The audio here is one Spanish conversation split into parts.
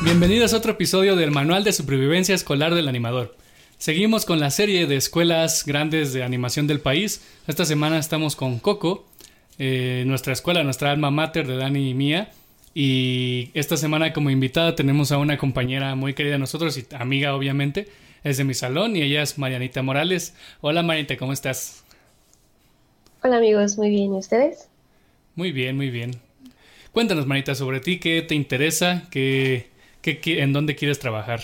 Bienvenidos a otro episodio del Manual de Supervivencia Escolar del Animador. Seguimos con la serie de escuelas grandes de animación del país. Esta semana estamos con Coco, nuestra escuela, nuestra alma mater de Dani y mía. Y esta semana como invitada tenemos a una compañera muy querida de nosotros y amiga obviamente. Es de mi salón y ella es Marianita Morales. Hola Marianita, ¿cómo estás? Hola amigos, muy bien, ¿y ustedes? Muy bien, muy bien. Cuéntanos Marianita sobre ti, qué te interesa, en dónde quieres trabajar.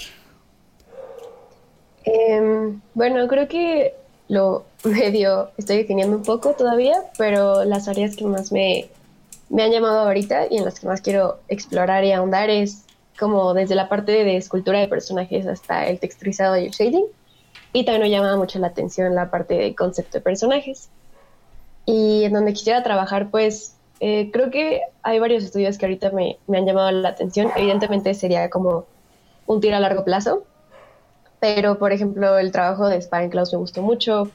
Bueno, creo que lo medio estoy definiendo un poco todavía, pero las áreas que más me han llamado ahorita y en las que más quiero explorar y ahondar es como desde la parte de escultura de personajes hasta el texturizado y el shading. Y también me llama mucho la atención la parte de concepto de personajes. Y en donde quisiera trabajar, pues creo que hay varios estudios que ahorita me han llamado la atención. Evidentemente sería como un tiro a largo plazo, pero por ejemplo el trabajo de Sparenklaus me gustó mucho.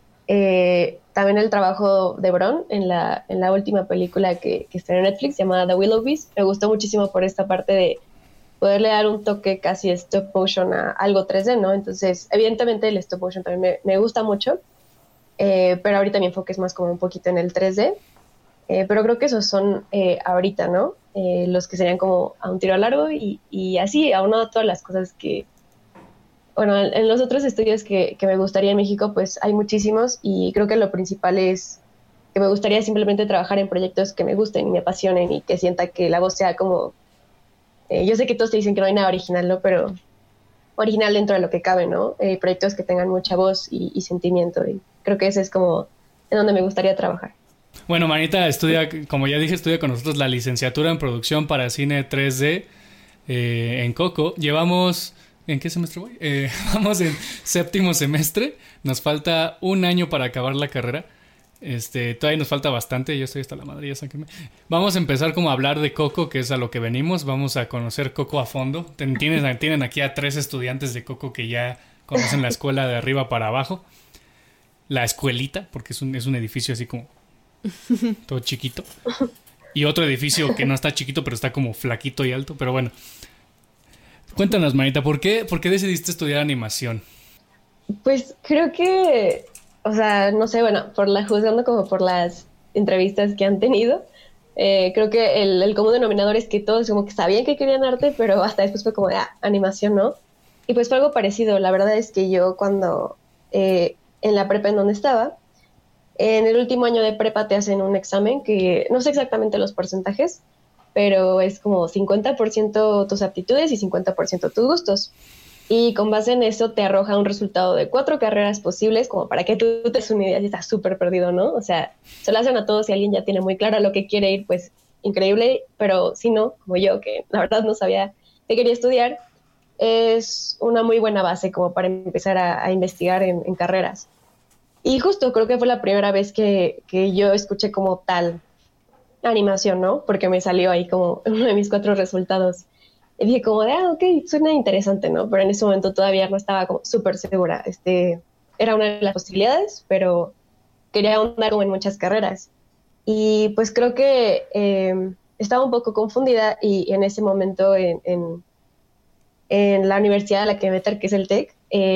También el trabajo de Bron en la última película que está en Netflix llamada The Willoughbys me gustó muchísimo por esta parte de poderle dar un toque casi stop motion a algo 3D, ¿no? Entonces evidentemente el stop motion también me gusta mucho, pero ahorita mi enfoque es más como un poquito en el 3D. Pero creo que esos son ahorita, ¿no? Los que serían como a un tiro largo y así, aunado a todas las cosas que, bueno, en los otros estudios que me gustaría en México, pues hay muchísimos y creo que lo principal es que me gustaría simplemente trabajar en proyectos que me gusten y me apasionen y que sienta que la voz sea como, yo sé que todos te dicen que no hay nada original, ¿no? Pero original dentro de lo que cabe, ¿no? Proyectos que tengan mucha voz y sentimiento y creo que ese es como en donde me gustaría trabajar. Bueno, Manita estudia, como ya dije, estudia con nosotros la licenciatura en producción para cine 3D en Coco. Llevamos... ¿En qué semestre voy? Vamos en séptimo semestre. Nos falta un año para acabar la carrera. Todavía nos falta bastante. Yo estoy hasta la madre, ya sáquenme. Vamos a empezar como a hablar de Coco, que es a lo que venimos. Vamos a conocer Coco a fondo. Tienen aquí a 3 estudiantes de Coco que ya conocen la escuela de arriba para abajo. La escuelita, porque es un edificio así como todo chiquito. Y otro edificio que no está chiquito, pero está como flaquito y alto. Pero bueno. Cuéntanos, Manita, ¿por qué decidiste estudiar animación? Pues creo que, o sea, no sé, bueno, juzgando como por las entrevistas que han tenido, creo que el común denominador es que todos como que sabían que querían arte, pero hasta después fue como de animación, ¿no? Y pues fue algo parecido. La verdad es que yo cuando en la prepa en donde estaba, en el último año de prepa te hacen un examen que no sé exactamente los porcentajes, pero es como 50% tus aptitudes y 50% tus gustos. Y con base en eso te arroja un resultado de 4 carreras posibles, como para que tú te des una idea si estás súper perdido, ¿no? O sea, se lo hacen a todos si alguien ya tiene muy claro a lo que quiere ir, pues increíble, pero si no, como yo, que la verdad no sabía qué quería estudiar, es una muy buena base como para empezar a investigar en carreras. Y justo creo que fue la primera vez que yo escuché como tal animación, ¿no? Porque me salió ahí como uno de mis 4 resultados. Y dije como de, ok, suena interesante, ¿no? Pero en ese momento todavía no estaba como súper segura. Era una de las posibilidades, pero quería ahondar como en muchas carreras. Y pues creo que estaba un poco confundida y en ese momento en la universidad a la que me meter, que es el TEC,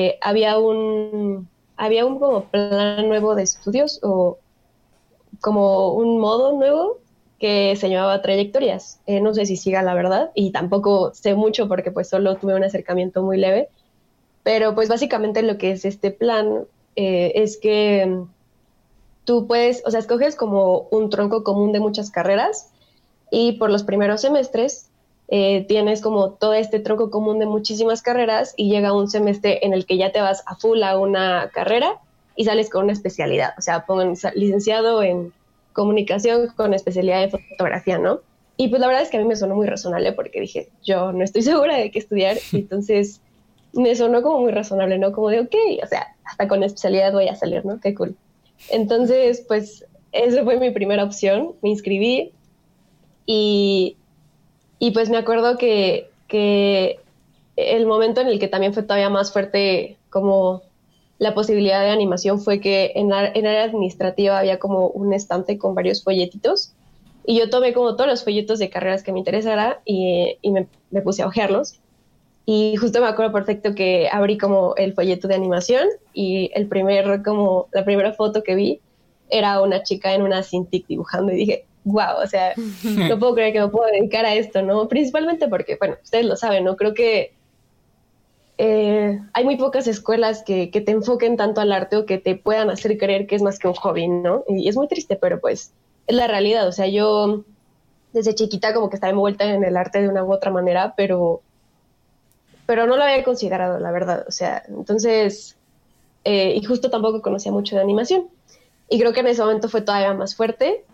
había un como plan nuevo de estudios o como un modo nuevo que se llamaba Trayectorias. No sé si siga la verdad y tampoco sé mucho porque pues solo tuve un acercamiento muy leve, pero pues básicamente lo que es este plan es que tú puedes, o sea, escoges como un tronco común de muchas carreras y por los primeros semestres tienes como todo este tronco común de muchísimas carreras y llega un semestre en el que ya te vas a full a una carrera y sales con una especialidad, o sea, pongan licenciado en comunicación con especialidad de fotografía, ¿no? Y pues la verdad es que a mí me sonó muy razonable porque dije, yo no estoy segura de qué estudiar, y entonces me sonó como muy razonable, ¿no? Como de, ok, o sea, hasta con especialidad voy a salir, ¿no? Qué cool. Entonces, pues esa fue mi primera opción, me inscribí y, y pues me acuerdo que el momento en el que también fue todavía más fuerte como la posibilidad de animación fue que en área administrativa había como un estante con varios folletitos y yo tomé como todos los folletos de carreras que me interesara y me puse a hojearlos Y justo me acuerdo perfecto que abrí como el folleto de animación y la primera foto que vi era una chica en una Cintiq dibujando y dije, wow, o sea, no puedo creer que me puedo dedicar a esto, ¿no? Principalmente porque, bueno, ustedes lo saben, ¿no? Creo que hay muy pocas escuelas que te enfoquen tanto al arte o que te puedan hacer creer que es más que un hobby, ¿no? Y es muy triste, pero pues es la realidad. O sea, yo desde chiquita como que estaba envuelta en el arte de una u otra manera, pero no lo había considerado, la verdad. O sea, entonces, y justo tampoco conocía mucho de animación. Y creo que en ese momento fue todavía más fuerte.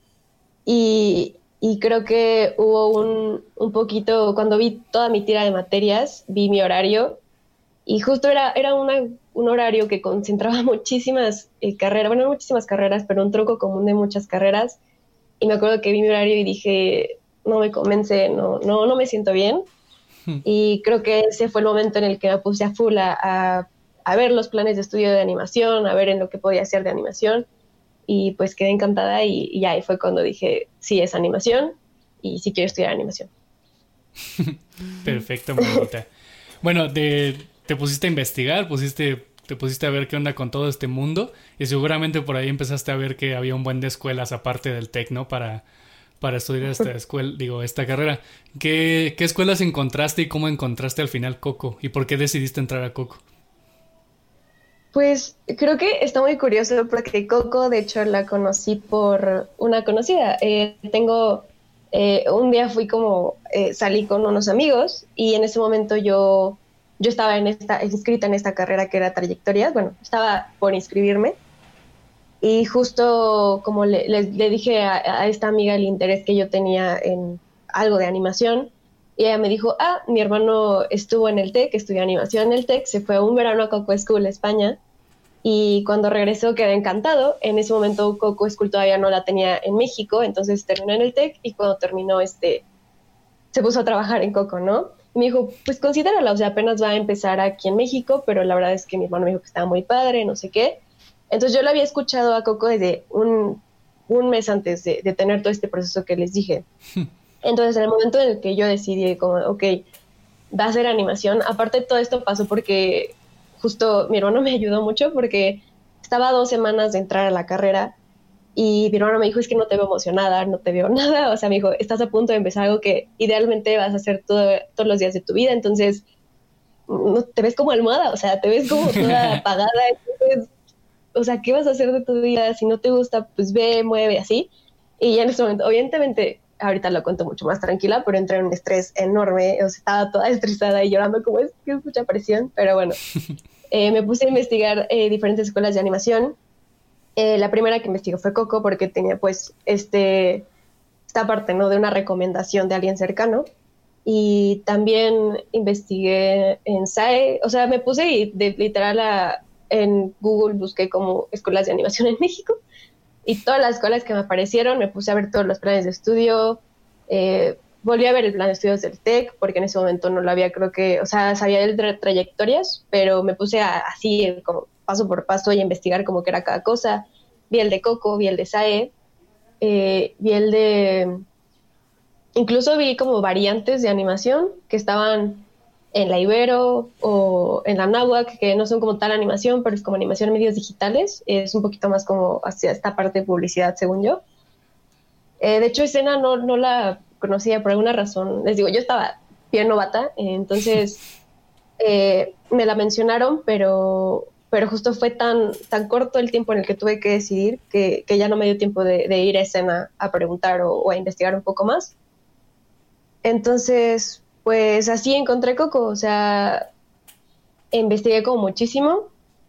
Y creo que hubo un poquito, cuando vi toda mi tira de materias, vi mi horario y justo era un horario que concentraba muchísimas carreras, bueno, no muchísimas carreras, pero un tronco común de muchas carreras. Y me acuerdo que vi mi horario y dije, no me convence, no me siento bien. Y creo que ese fue el momento en el que me puse a full a ver los planes de estudio de animación, a ver en lo que podía hacer de animación. Y pues quedé encantada y ya ahí fue cuando dije, sí, es animación y sí quiero estudiar animación. Perfecto, Margarita. Bueno, te pusiste a investigar, te pusiste a ver qué onda con todo este mundo y seguramente por ahí empezaste a ver que había un buen de escuelas aparte del TEC, ¿no? Para estudiar esta carrera. ¿Qué escuelas encontraste y cómo encontraste al final Coco? ¿Y por qué decidiste entrar a Coco? Pues creo que está muy curioso porque Coco, de hecho, la conocí por una conocida. Un día salí con unos amigos y en ese momento yo estaba inscrita en esta carrera que era trayectorias. Bueno, estaba por inscribirme y justo como le dije a esta amiga el interés que yo tenía en algo de animación. Y ella me dijo, mi hermano estuvo en el TEC, estudió animación en el TEC, se fue un verano a Coco School, España, y cuando regresó quedé encantado. En ese momento Coco School todavía no la tenía en México, entonces terminó en el TEC y cuando terminó se puso a trabajar en Coco, ¿no? Y me dijo, pues considérala, o sea, apenas va a empezar aquí en México, pero la verdad es que mi hermano me dijo que estaba muy padre, no sé qué. Entonces yo lo había escuchado a Coco desde un mes antes de tener todo este proceso que les dije. Entonces, en el momento en el que yo decidí, como, ok, va a ser animación, aparte todo esto pasó porque justo mi hermano me ayudó mucho porque estaba a 2 semanas de entrar a la carrera y mi hermano me dijo, es que no te veo emocionada, no te veo nada, o sea, me dijo, estás a punto de empezar algo que idealmente vas a hacer todos los días de tu vida, entonces no te ves como almohada, o sea, te ves como toda apagada, entonces, o sea, ¿qué vas a hacer de tu vida? Si no te gusta, pues ve, mueve, así. Y ya en ese momento, obviamente, ahorita lo cuento mucho más tranquila, pero entré en un estrés enorme, o sea, estaba toda estresada y llorando como es que es mucha presión, pero bueno, me puse a investigar diferentes escuelas de animación. La primera que investigó fue Coco porque tenía pues esta parte, ¿no? De una recomendación de alguien cercano. Y también investigué en SAE, o sea, me puse y literal en Google busqué como escuelas de animación en México y todas las escuelas que me aparecieron, me puse a ver todos los planes de estudio, volví a ver el plan de estudios del TEC, porque en ese momento no lo había, creo que, o sea, sabía de trayectorias, pero me puse así como paso por paso y a investigar como que era cada cosa. Vi el de Coco, vi el de SAE, vi el de... Incluso vi como variantes de animación que estaban en la Ibero o en la Náhuac, que no son como tal animación, pero es como animación en medios digitales. Es un poquito más como hacia esta parte de publicidad, según yo. De hecho, escena no la conocía por alguna razón. Les digo, yo estaba bien novata, entonces me la mencionaron, pero justo fue tan corto el tiempo en el que tuve que decidir que ya no me dio tiempo de ir a escena a preguntar o a investigar un poco más. Entonces, pues así encontré Coco, o sea, investigué como muchísimo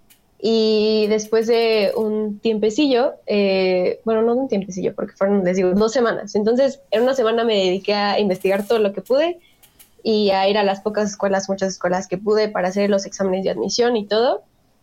y después de un tiempecillo, bueno, no un tiempecillo, porque fueron, les digo, 2 semanas. Entonces, en una semana me dediqué a investigar todo lo que pude y a ir a las muchas escuelas que pude para hacer los exámenes de admisión y todo.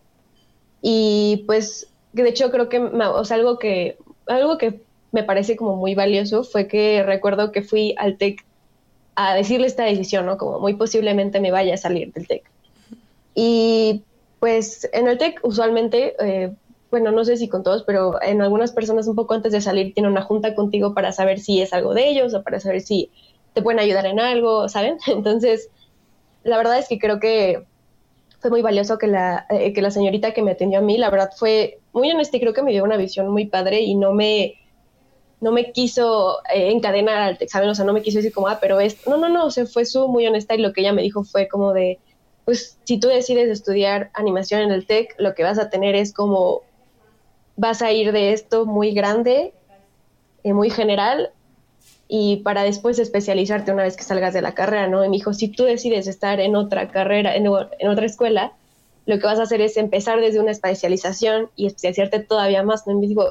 Y pues, de hecho, creo que, o sea, algo que me parece como muy valioso fue que recuerdo que fui al TEC a decirle esta decisión, ¿no? Como muy posiblemente me vaya a salir del TEC. Y pues en el TEC usualmente, bueno, no sé si con todos, pero en algunas personas un poco antes de salir tienen una junta contigo para saber si es algo de ellos o para saber si te pueden ayudar en algo, ¿saben? Entonces, la verdad es que creo que fue muy valioso que la señorita que me atendió a mí, la verdad fue muy honesta y creo que me dio una visión muy padre y no me quiso encadenar al examen, o sea, no me quiso decir como, pero no, o sea, fue muy honesta y lo que ella me dijo fue como de, pues si tú decides estudiar animación en el TEC, lo que vas a tener es como, vas a ir de esto muy grande, muy general, y para después especializarte una vez que salgas de la carrera, ¿no? Y me dijo, si tú decides estar en otra carrera, en otra escuela, lo que vas a hacer es empezar desde una especialización y especializarte todavía más, ¿no? Y me dijo,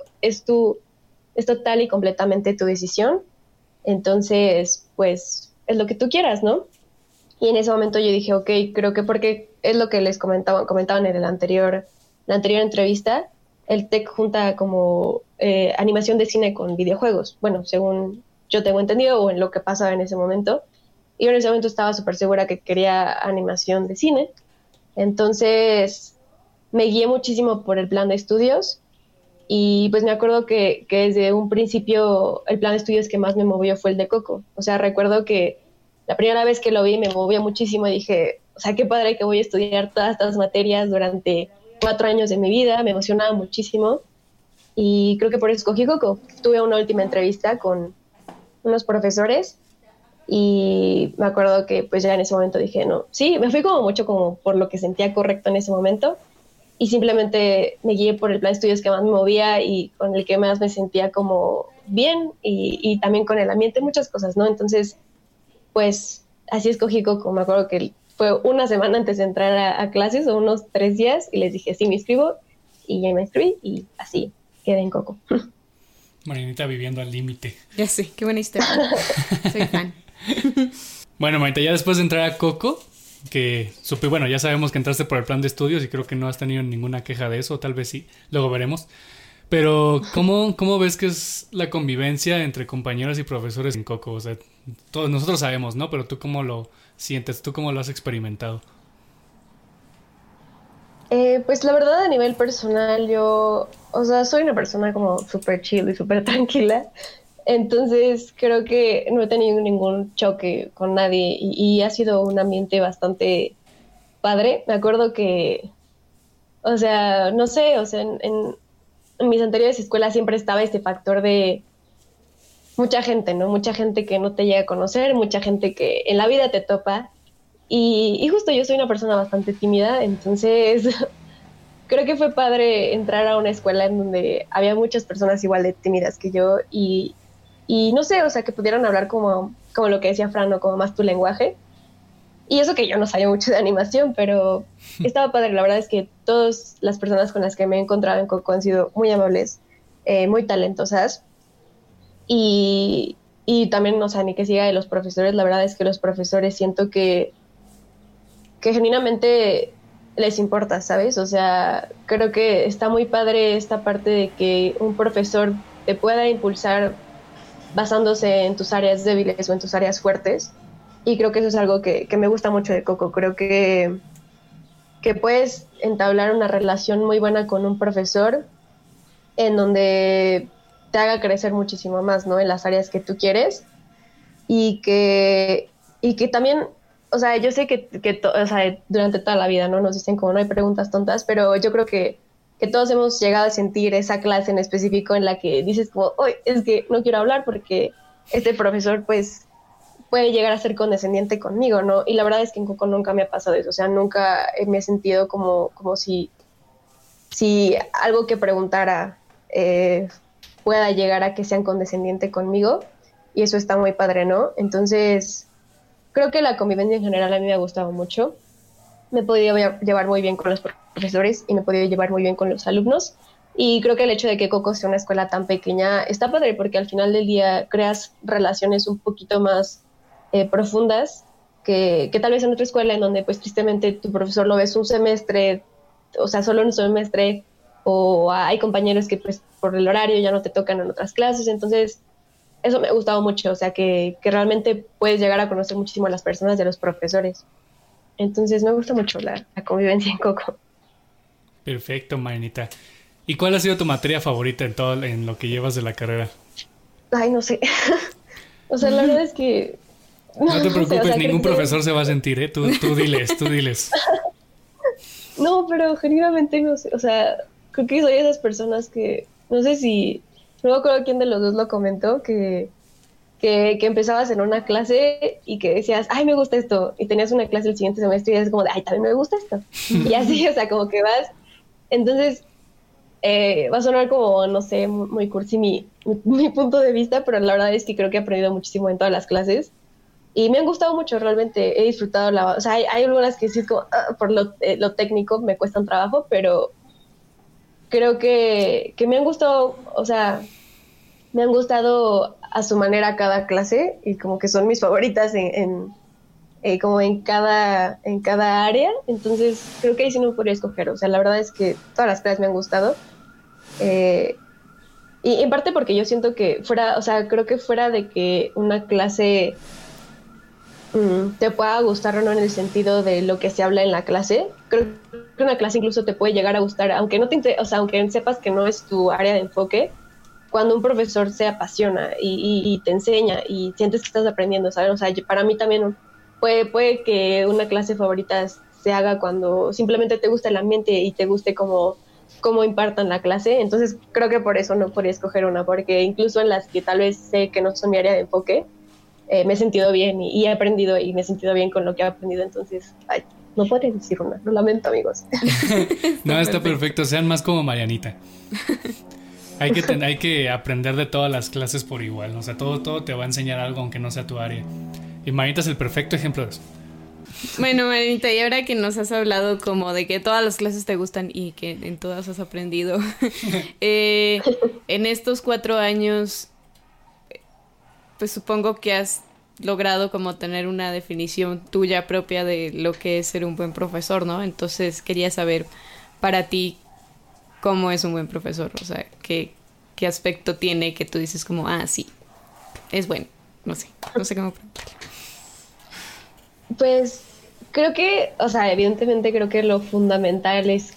es total y completamente tu decisión, entonces, pues, es lo que tú quieras, ¿no? Y en ese momento yo dije, ok, creo que porque es lo que les comentaban en la anterior entrevista, el TEC junta como animación de cine con videojuegos, bueno, según yo tengo entendido o en lo que pasaba en ese momento. Y yo en ese momento estaba súper segura que quería animación de cine, entonces me guié muchísimo por el plan de estudios y pues me acuerdo que desde un principio el plan de estudios que más me movió fue el de Coco. O sea, recuerdo que la primera vez que lo vi me movió muchísimo y dije, o sea, qué padre que voy a estudiar todas estas materias durante 4 años de mi vida, me emocionaba muchísimo y creo que por eso escogí Coco. Tuve una última entrevista con unos profesores y me acuerdo que pues ya en ese momento dije, no, sí, me fui como mucho como por lo que sentía correcto en ese momento y simplemente me guié por el plan de estudios que más me movía y con el que más me sentía como bien y también con el ambiente, muchas cosas, ¿no? Entonces, pues así escogí Coco. Me acuerdo que fue una semana antes de entrar a clases o unos 3 días y les dije, sí, me inscribo y ya me inscribí y así quedé en Coco. Marianita viviendo al límite. Ya sé, qué buena historia. Soy fan. Bueno, Maite, ya después de entrar a Coco, que supe, bueno, ya sabemos que entraste por el plan de estudios y creo que no has tenido ninguna queja de eso, tal vez sí, luego veremos. Pero, ¿cómo ves que es la convivencia entre compañeros y profesores en Coco? O sea, todos nosotros sabemos, ¿no? Pero tú cómo lo sientes, tú cómo lo has experimentado. Pues la verdad a nivel personal yo, o sea, soy una persona como súper chill y súper tranquila, entonces creo que no he tenido ningún choque con nadie y ha sido un ambiente bastante padre. Me acuerdo que, o sea, no sé, o sea, en mis anteriores escuelas siempre estaba este factor de mucha gente, ¿no? Mucha gente que no te llega a conocer, mucha gente que en la vida te topa. Y justo yo soy una persona bastante tímida, entonces creo que fue padre entrar a una escuela en donde había muchas personas igual de tímidas que yo y no sé, o sea, que pudieran hablar como lo que decía Fran, ¿no? Como más tu lenguaje. Y eso que yo no sabía mucho de animación, pero estaba padre. La verdad es que todas las personas con las que me he encontrado en Coco han sido muy amables, muy talentosas. Y también, o sea, ni que siga de los profesores, la verdad es que los profesores siento que genuinamente les importa, ¿sabes? O sea, creo que está muy padre esta parte de que un profesor te pueda impulsar basándose en tus áreas débiles o en tus áreas fuertes. Y creo que eso es algo que me gusta mucho de Coco. Creo que puedes entablar una relación muy buena con un profesor en donde te haga crecer muchísimo más, ¿no? En las áreas que tú quieres y que también, o sea, yo sé o sea, durante toda la vida, ¿no? Nos dicen como no hay preguntas tontas, pero yo creo que todos hemos llegado a sentir esa clase en específico en la que dices como, hoy es que no quiero hablar porque este profesor, pues, puede llegar a ser condescendiente conmigo, ¿no? Y la verdad es que en Coco nunca me ha pasado eso, o sea, nunca me he sentido como si algo que preguntara pueda llegar a que sean condescendiente conmigo, y eso está muy padre, ¿no? Entonces, creo que la convivencia en general a mí me ha gustado mucho. Me he podido llevar muy bien con los profesores y me he podido llevar muy bien con los alumnos. Y creo que el hecho de que Coco sea una escuela tan pequeña está padre porque al final del día creas relaciones un poquito más profundas que tal vez en otra escuela en donde pues tristemente tu profesor lo ves un semestre, o sea, solo un semestre, o hay compañeros que pues por el horario ya no te tocan en otras clases. Entonces eso me ha gustado mucho, o sea, que realmente puedes llegar a conocer muchísimo a las personas y a los profesores. Entonces me gusta mucho la convivencia en Coco. Perfecto, Marianita. ¿Y cuál ha sido tu materia favorita en lo que llevas de la carrera? Ay, no sé. O sea, la verdad es que No te o preocupes, sea, ningún creo que- profesor se va a sentir, ¿eh? Tú diles, tú diles. No, pero genuinamente no sé, o sea, creo que soy de esas personas que, no sé si, no me acuerdo quién de los dos lo comentó, que empezabas en una clase y que decías, ay, me gusta esto, y tenías una clase el siguiente semestre y es como de, ay, también me gusta esto. Y así, o sea, como que vas, entonces va a sonar como, no sé, muy cursi mi punto de vista, pero la verdad es que creo que he aprendido muchísimo en todas las clases. Y me han gustado mucho, realmente he disfrutado o sea, hay algunas que sí es como, por lo técnico me cuestan trabajo, pero creo que me han gustado, o sea, me han gustado a su manera cada clase y como que son mis favoritas como en cada área, entonces creo que ahí sí no podría escoger, o sea, la verdad es que todas las clases me han gustado, eh, y en parte porque yo siento que fuera, o sea, creo que fuera de que una clase te pueda gustar o no en el sentido de lo que se habla en la clase. Creo que una clase incluso te puede llegar a gustar, aunque no o sea, aunque sepas que no es tu área de enfoque, cuando un profesor se apasiona y te enseña y sientes que estás aprendiendo, ¿sabes? O sea, para mí también puede que una clase favorita se haga cuando simplemente te gusta el ambiente y te guste cómo impartan la clase. Entonces, creo que por eso no podría escoger una, porque incluso en las que tal vez sé que no son mi área de enfoque, me he sentido bien y he aprendido y me he sentido bien con lo que he aprendido. Entonces, ay, no podría decir una, lo lamento, amigos. No, está perfecto, sean más como Marianita. Hay que aprender de todas las clases por igual, o sea, todo te va a enseñar algo aunque no sea tu área. Y Marianita es el perfecto ejemplo de eso. Bueno, Marinita, y ahora que nos has hablado como de que todas las clases te gustan y que en todas has aprendido, en estos 4 años, pues supongo que has logrado como tener una definición tuya propia de lo que es ser un buen profesor, ¿no? Entonces quería saber para ti cómo es un buen profesor, o sea, qué aspecto tiene que tú dices como, ah, sí, es bueno, no sé cómo preguntarle. Pues creo que, o sea, evidentemente creo que lo fundamental es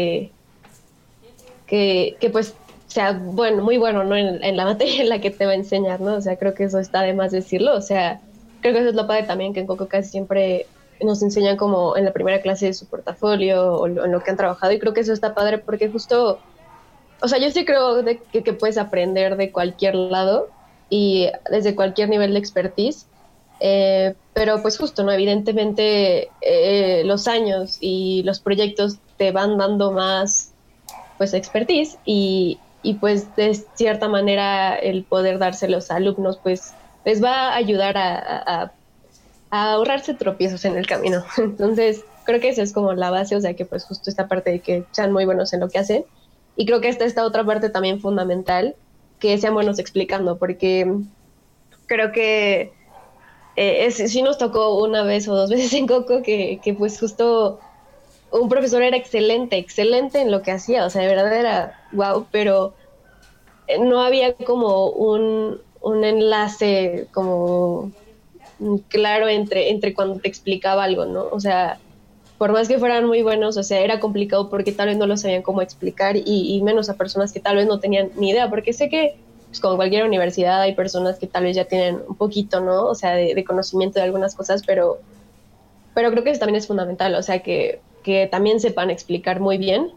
que pues sea bueno, muy bueno, ¿no? En la materia en la que te va a enseñar, ¿no? O sea, creo que eso está de más decirlo. O sea, creo que eso es lo padre también, que en Coco casi siempre nos enseñan como en la primera clase de su portafolio o en lo que han trabajado. Y creo que eso está padre porque justo, o sea, yo sí creo que puedes aprender de cualquier lado y desde cualquier nivel de expertise. Pero pues justo, ¿no? Evidentemente los años y los proyectos te van dando más pues expertise y pues de cierta manera el poder dárselos a alumnos pues les va a ayudar a ahorrarse tropiezos en el camino. Entonces creo que esa es como la base, o sea que pues justo esta parte de que sean muy buenos en lo que hacen y creo que esta otra parte también fundamental, que sean buenos explicando, porque creo que sí nos tocó una vez o dos veces en Coco que pues justo un profesor era excelente en lo que hacía, o sea, de verdad era wow, pero no había como un enlace como claro entre cuando te explicaba algo, ¿no? O sea, por más que fueran muy buenos, o sea, era complicado porque tal vez no lo sabían cómo explicar y menos a personas que tal vez no tenían ni idea, porque sé que pues, como cualquier universidad hay personas que tal vez ya tienen un poquito, ¿no? O sea, de conocimiento de algunas cosas, pero creo que eso también es fundamental, o sea, que también sepan explicar muy bien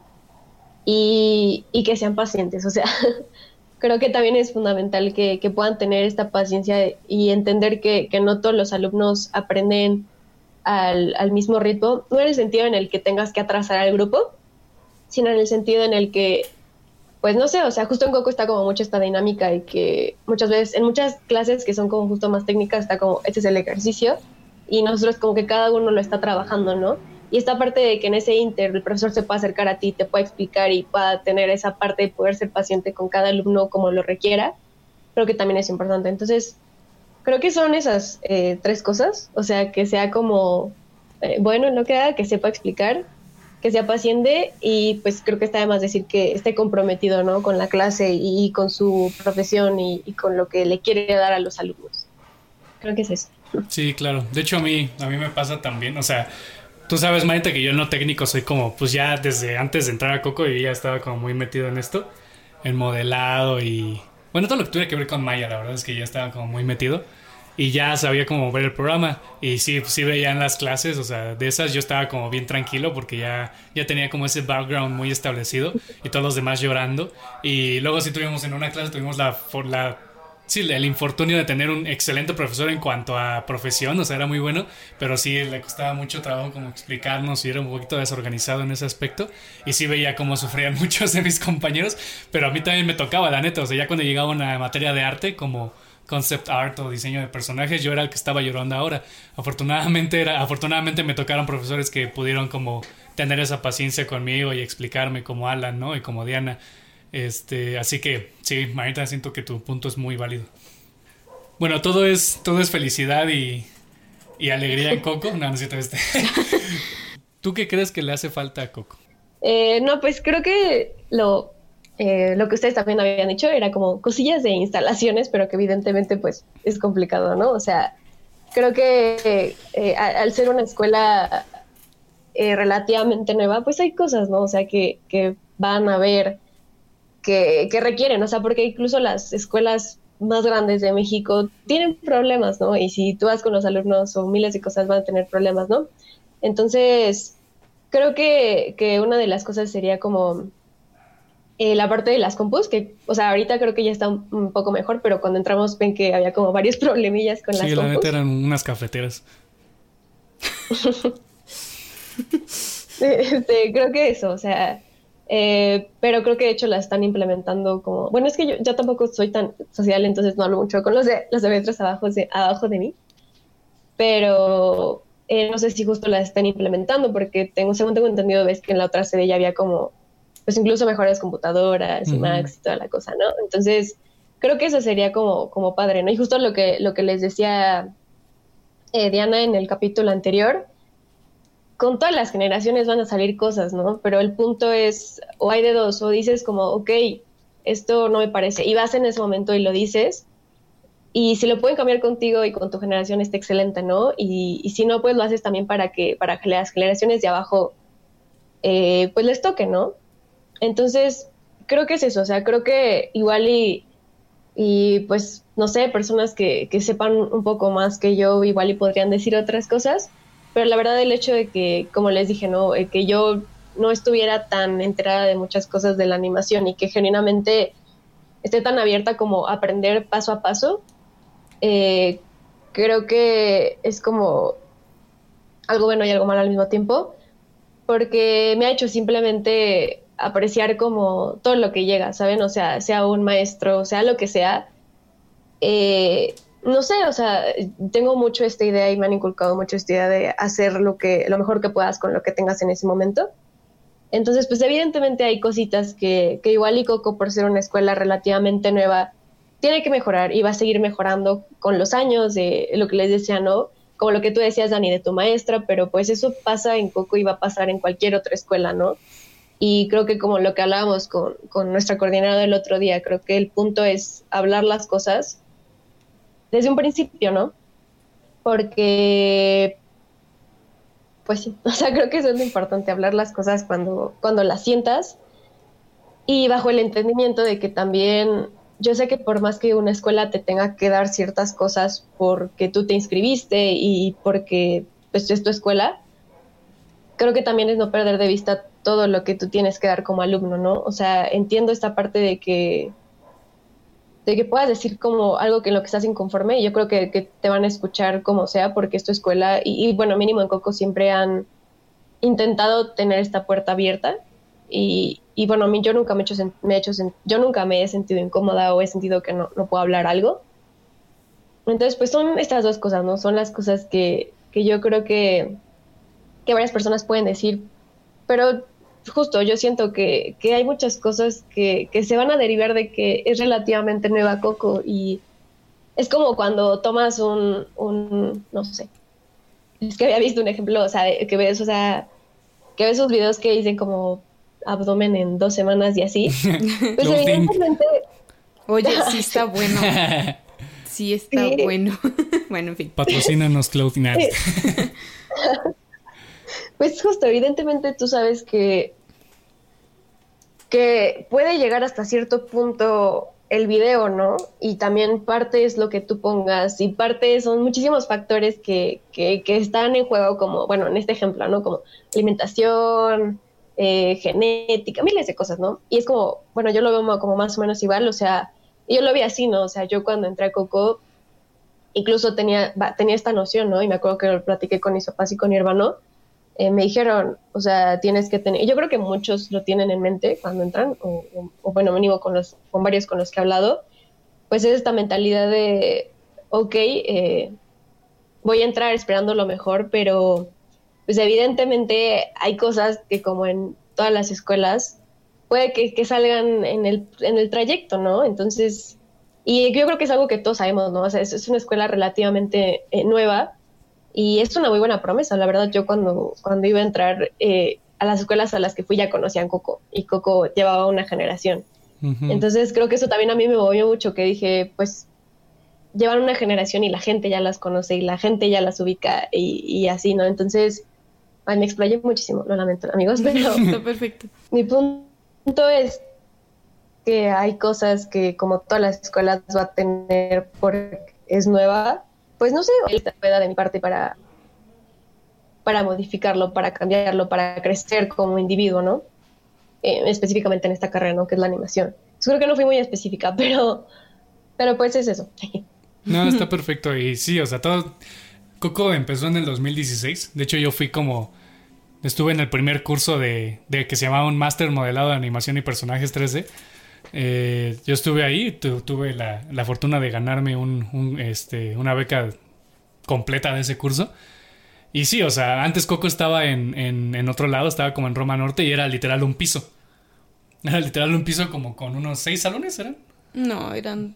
y que sean pacientes, o sea, creo que también es fundamental que puedan tener esta paciencia y entender que no todos los alumnos aprenden al mismo ritmo, no en el sentido en el que tengas que atrasar al grupo, sino en el sentido en el que, pues no sé, o sea, justo en Coco está como mucho esta dinámica y que muchas veces, en muchas clases que son como justo más técnicas, está como, este es el ejercicio, y nosotros como que cada uno lo está trabajando, ¿no? Y esta parte de que en ese inter el profesor se pueda acercar a ti, te pueda explicar y pueda tener esa parte de poder ser paciente con cada alumno como lo requiera, creo que también es importante. Entonces, creo que son esas tres cosas, o sea, que sea como bueno en lo que haga, que sepa explicar, que sea paciente y pues creo que está de más decir que esté comprometido, ¿no? Con la clase y con su profesión y con lo que le quiere dar a los alumnos. Creo que es eso. Sí, claro. De hecho, a mí me pasa también. O sea, tú sabes, Marita, que yo en lo técnico soy como, pues ya desde antes de entrar a Coco yo ya estaba como muy metido en esto, en modelado y... Bueno, todo lo que tuviera que ver con Maya, la verdad es que ya estaba como muy metido. y ya sabía cómo ver el programa. Y sí, sí veía en las clases, o sea, de esas yo estaba como bien tranquilo porque ya tenía como ese background muy establecido y todos los demás llorando. Y luego sí tuvimos en una clase, tuvimos sí, el infortunio de tener un excelente profesor en cuanto a profesión, o sea, era muy bueno, pero sí le costaba mucho trabajo como explicarnos y era un poquito desorganizado en ese aspecto. Y sí veía cómo sufrían muchos de mis compañeros, pero a mí también me tocaba, la neta, o sea, ya cuando llegaba una materia de arte como concept art o diseño de personajes, yo era el que estaba llorando ahora. Afortunadamente me tocaron profesores que pudieron como tener esa paciencia conmigo y explicarme, como Alan, ¿no? Y como Diana. Así que sí, Marita, siento que tu punto es muy válido. Bueno, todo es felicidad y alegría en Coco. No, no es cierto. ¿Tú qué crees que le hace falta a Coco? No, pues creo que lo que ustedes también habían dicho era como cosillas de instalaciones, pero que evidentemente pues es complicado, ¿no? O sea, creo que al ser una escuela relativamente nueva, pues hay cosas, ¿no? O sea, que van a ver que requieren, o sea, porque incluso las escuelas más grandes de México tienen problemas, ¿no? Y si tú vas con los alumnos o miles de cosas van a tener problemas, ¿no? Entonces, creo que una de las cosas sería como la parte de las compus, que, o sea, ahorita creo que ya está un poco mejor, pero cuando entramos ven que había como varios problemillas con las Sí, la compus. neta eran unas cafeteras. Creo que eso, o sea, pero creo que de hecho la están implementando como, bueno, es que yo tampoco soy tan social, entonces no hablo mucho con los de metros abajo de mí, pero no sé si justo la están implementando, porque según tengo entendido, ves que en la otra sede ya había como, pues incluso mejores computadoras y Macs y toda la cosa, ¿no? Entonces, creo que eso sería como padre, ¿no? Y justo lo que les decía Diana en el capítulo anterior, con todas las generaciones van a salir cosas, ¿no? Pero el punto es, o hay de dos, o dices como, ok, esto no me parece, y vas en ese momento y lo dices, y si lo pueden cambiar contigo y con tu generación está excelente, ¿no? Y si no, pues lo haces también para que las generaciones de abajo, pues les toque, ¿no? Entonces, creo que es eso, o sea, creo que igual y pues, no sé, personas que sepan un poco más que yo igual y podrían decir otras cosas, pero la verdad el hecho de que, como les dije, no, que yo no estuviera tan enterada de muchas cosas de la animación y que genuinamente esté tan abierta como a aprender paso a paso, creo que es como algo bueno y algo malo al mismo tiempo, porque me ha hecho simplemente apreciar como todo lo que llega, ¿saben? O sea un maestro, sea lo que sea, no sé, o sea, tengo mucho esta idea y me han inculcado mucho esta idea de hacer lo mejor que puedas con lo que tengas en ese momento. Entonces, pues evidentemente hay cositas que igual y Coco, por ser una escuela relativamente nueva, tiene que mejorar y va a seguir mejorando con los años, de lo que les decía, ¿no? Como lo que tú decías, Dani, de tu maestra, pero pues eso pasa en Coco y va a pasar en cualquier otra escuela, ¿no? Y creo que como lo que hablábamos con nuestra coordinadora el otro día, creo que el punto es hablar las cosas desde un principio, ¿no? Porque, pues sí, o sea, creo que eso es lo importante, hablar las cosas cuando las sientas y bajo el entendimiento de que también, yo sé que por más que una escuela te tenga que dar ciertas cosas porque tú te inscribiste y porque pues es tu escuela, creo que también es no perder de vista todo lo que tú tienes que dar como alumno, ¿no? O sea, entiendo esta parte de que puedas decir como algo que en lo que estás inconforme, y yo creo que te van a escuchar como sea porque es tu escuela y bueno, mínimo en Coco siempre han intentado tener esta puerta abierta y bueno, a mí yo nunca yo nunca me he sentido incómoda o he sentido que no puedo hablar algo. Entonces, pues son estas dos cosas, ¿no? Son las cosas que yo creo que varias personas pueden decir, pero justo yo siento que hay muchas cosas que se van a derivar de que es relativamente nueva Coco y es como cuando tomas no sé, es que había visto un ejemplo, o sea, que ves esos videos que dicen como abdomen en 2 semanas y así, pues evidentemente... Oye, sí está bueno. Sí está bueno. Bueno, en fin. Patrocínanos Clothing Ads. Pues justo, evidentemente tú sabes que puede llegar hasta cierto punto el video, ¿no? Y también parte es lo que tú pongas y parte son muchísimos factores que están en juego como, bueno, en este ejemplo, ¿no? Como alimentación, genética, miles de cosas, ¿no? Y es como, bueno, yo lo veo como más o menos igual, o sea, yo lo vi así, ¿no? O sea, yo cuando entré a Coco incluso tenía esta noción, ¿no? Y me acuerdo que lo platiqué con mis papás y con mi hermano. Me dijeron, o sea, tienes que tener, yo creo que muchos lo tienen en mente cuando entran, o bueno, mínimo con varios con los que he hablado, pues es esta mentalidad de, ok, voy a entrar esperando lo mejor, pero pues evidentemente hay cosas que como en todas las escuelas, puede que salgan en el trayecto, ¿no? Entonces, y yo creo que es algo que todos sabemos, ¿no? O sea, es una escuela relativamente nueva, y es una muy buena promesa, la verdad. Yo cuando iba a entrar a las escuelas a las que fui ya conocían Coco, y Coco llevaba una generación. Uh-huh. Entonces creo que eso también a mí me movió mucho, que dije, pues llevan una generación y la gente ya las conoce y la gente ya las ubica y así, ¿no? Entonces, ay, me explayé muchísimo, lo lamento, amigos, pero Está perfecto. mi punto es que hay cosas que como todas las escuelas va a tener porque es nueva, pues no sé, esta pueda de mi parte para modificarlo, para cambiarlo, para crecer como individuo, ¿no? Específicamente en esta carrera, ¿no? Que es la animación. Yo creo que no fui muy específica, pero pues es eso. No, está perfecto. Y sí, o sea, todo... Coco empezó en el 2016. De hecho, yo fui como... Estuve en el primer curso de que se llamaba un máster modelado de animación y personajes 3D. Yo estuve ahí, tuve la fortuna de ganarme una beca completa de ese curso. Y sí, o sea, antes Coco estaba en otro lado, estaba como en Roma Norte y era literal un piso. Era literal un piso como con unos 6 salones, ¿eran? No, eran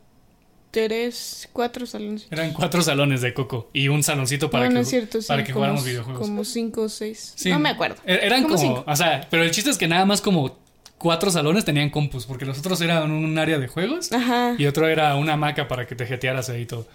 4 salones. Eran 4 salones de Coco y un saloncito para no es cierto, para sí, que jugáramos videojuegos. Como 5 o 6. Sí, no me acuerdo. Eran como 5. o sea, pero el chiste es que nada más como 4 salones tenían compus, porque los otros eran un área de juegos. Ajá. Y otro era una hamaca para que te jetearas ahí todo.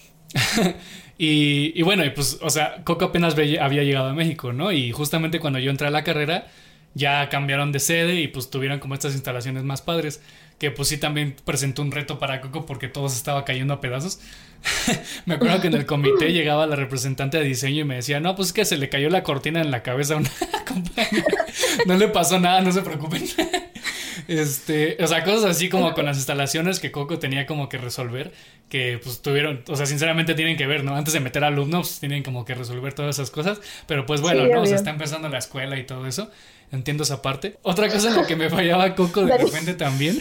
y bueno, y pues, o sea, Coco apenas había llegado a México, ¿no? Y justamente cuando yo entré a la carrera, ya cambiaron de sede y pues tuvieron como estas instalaciones más padres. Que pues sí también presentó un reto para Coco porque todo se estaba cayendo a pedazos. Me acuerdo que en el comité llegaba la representante de diseño y me decía, no, pues es que se le cayó la cortina en la cabeza a una compañera. No le pasó nada, no se preocupen. O sea, cosas así como con las instalaciones que Coco tenía como que resolver, que pues tuvieron, o sea, sinceramente tienen que ver, ¿no? Antes de meter alumnos, pues, tienen como que resolver todas esas cosas, pero pues bueno, sí, ¿no? O sea, está empezando la escuela y todo eso. Entiendo esa parte. Otra cosa en la que me fallaba Coco de repente también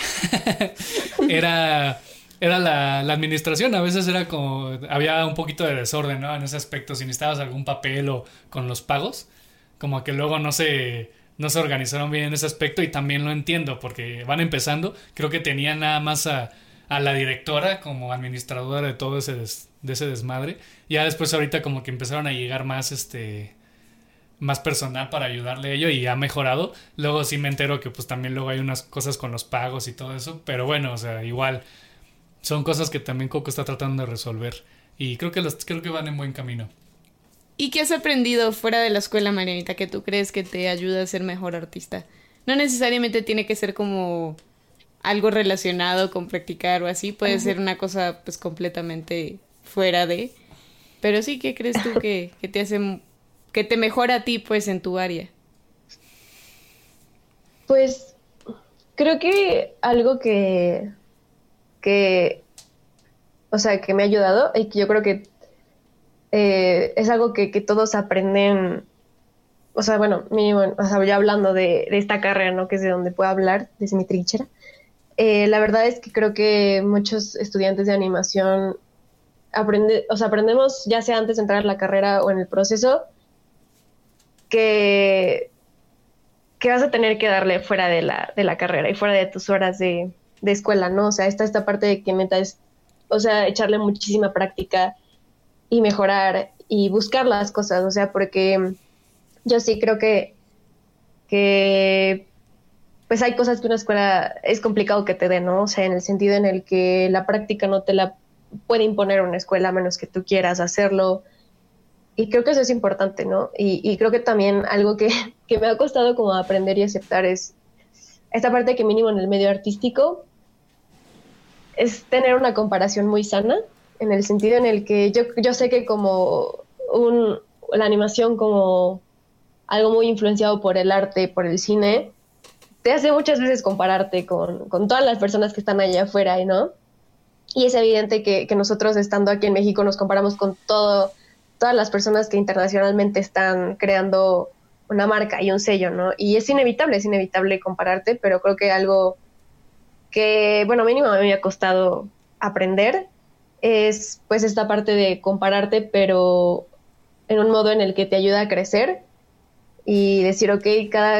era la administración. A veces era como... Había un poquito de desorden, ¿no? En ese aspecto. Si necesitabas algún papel o con los pagos. Como que luego no se organizaron bien en ese aspecto. Y también lo entiendo porque van empezando. Creo que tenían nada más a la directora como administradora de todo ese desmadre. Ya después ahorita como que empezaron a llegar más personal para ayudarle a ello y ha mejorado. Luego sí me entero que pues también luego hay unas cosas con los pagos y todo eso, pero bueno, o sea, igual son cosas que también Coco está tratando de resolver y creo que van en buen camino. ¿Y qué has aprendido fuera de la escuela, Marianita, que tú crees que te ayuda a ser mejor artista? No necesariamente tiene que ser como algo relacionado con practicar o así, puede ser una cosa pues completamente fuera de, pero sí, ¿qué crees tú que te hace... que te mejora a ti, pues, en tu área? Pues, creo que algo o sea, que me ha ayudado y que yo creo que es algo que todos aprenden, o sea, bueno, mínimo, o sea, ya hablando de esta carrera, ¿no? Que es de donde puedo hablar, desde mi trinchera. La verdad es que creo que muchos estudiantes de animación aprendemos, ya sea antes de entrar a la carrera o en el proceso, que vas a tener que darle fuera de la carrera y fuera de tus horas de escuela, ¿no? O sea, esta parte de que metas, o sea, echarle muchísima práctica y mejorar y buscar las cosas, o sea, porque yo sí creo que pues hay cosas que una escuela es complicado que te dé, ¿no? O sea, en el sentido en el que la práctica no te la puede imponer una escuela a menos que tú quieras hacerlo. Y creo que eso es importante, ¿no? Y creo que también algo que me ha costado como aprender y aceptar es esta parte que mínimo en el medio artístico es tener una comparación muy sana, en el sentido en el que yo sé que como la animación como algo muy influenciado por el arte, por el cine, te hace muchas veces compararte con todas las personas que están allá afuera, ¿no? Y es evidente que nosotros estando aquí en México nos comparamos con todas las personas que internacionalmente están creando una marca y un sello, ¿no? Y es inevitable compararte, pero creo que algo que, bueno, mínimo a mí me ha costado aprender es pues esta parte de compararte, pero en un modo en el que te ayuda a crecer y decir, ok,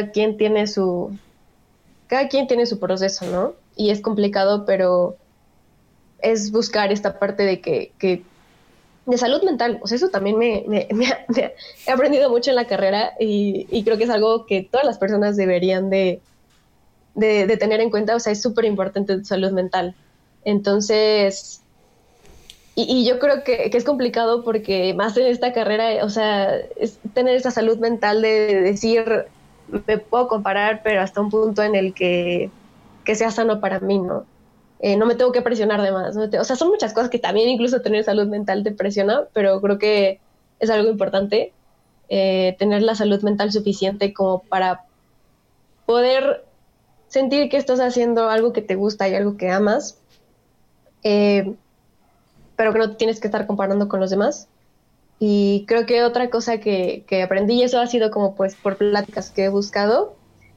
cada quien tiene su proceso, ¿no? Y es complicado, pero es buscar esta parte de salud mental. O sea, eso también he aprendido mucho en la carrera y creo que es algo que todas las personas deberían de tener en cuenta. O sea, es súper importante tu salud mental. Entonces, y yo creo que es complicado porque más en esta carrera, o sea, es tener esa salud mental de decir, me puedo comparar, pero hasta un punto en el que sea sano para mí, ¿no? No me tengo que presionar de más. O sea, son muchas cosas que también incluso tener salud mental te presiona, pero creo que es algo importante, tener la salud mental suficiente como para poder sentir que estás haciendo algo que te gusta y algo que amas, eh, pero que no te tienes que estar comparando con los demás. Y creo que otra cosa que aprendí, y eso ha sido como pues por pláticas que he buscado,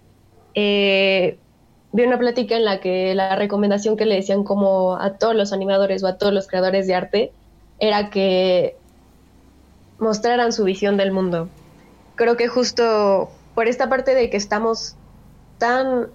vi una plática en la que la recomendación que le decían como a todos los animadores o a todos los creadores de arte era que mostraran su visión del mundo. Creo que justo por esta parte de que estamos tan,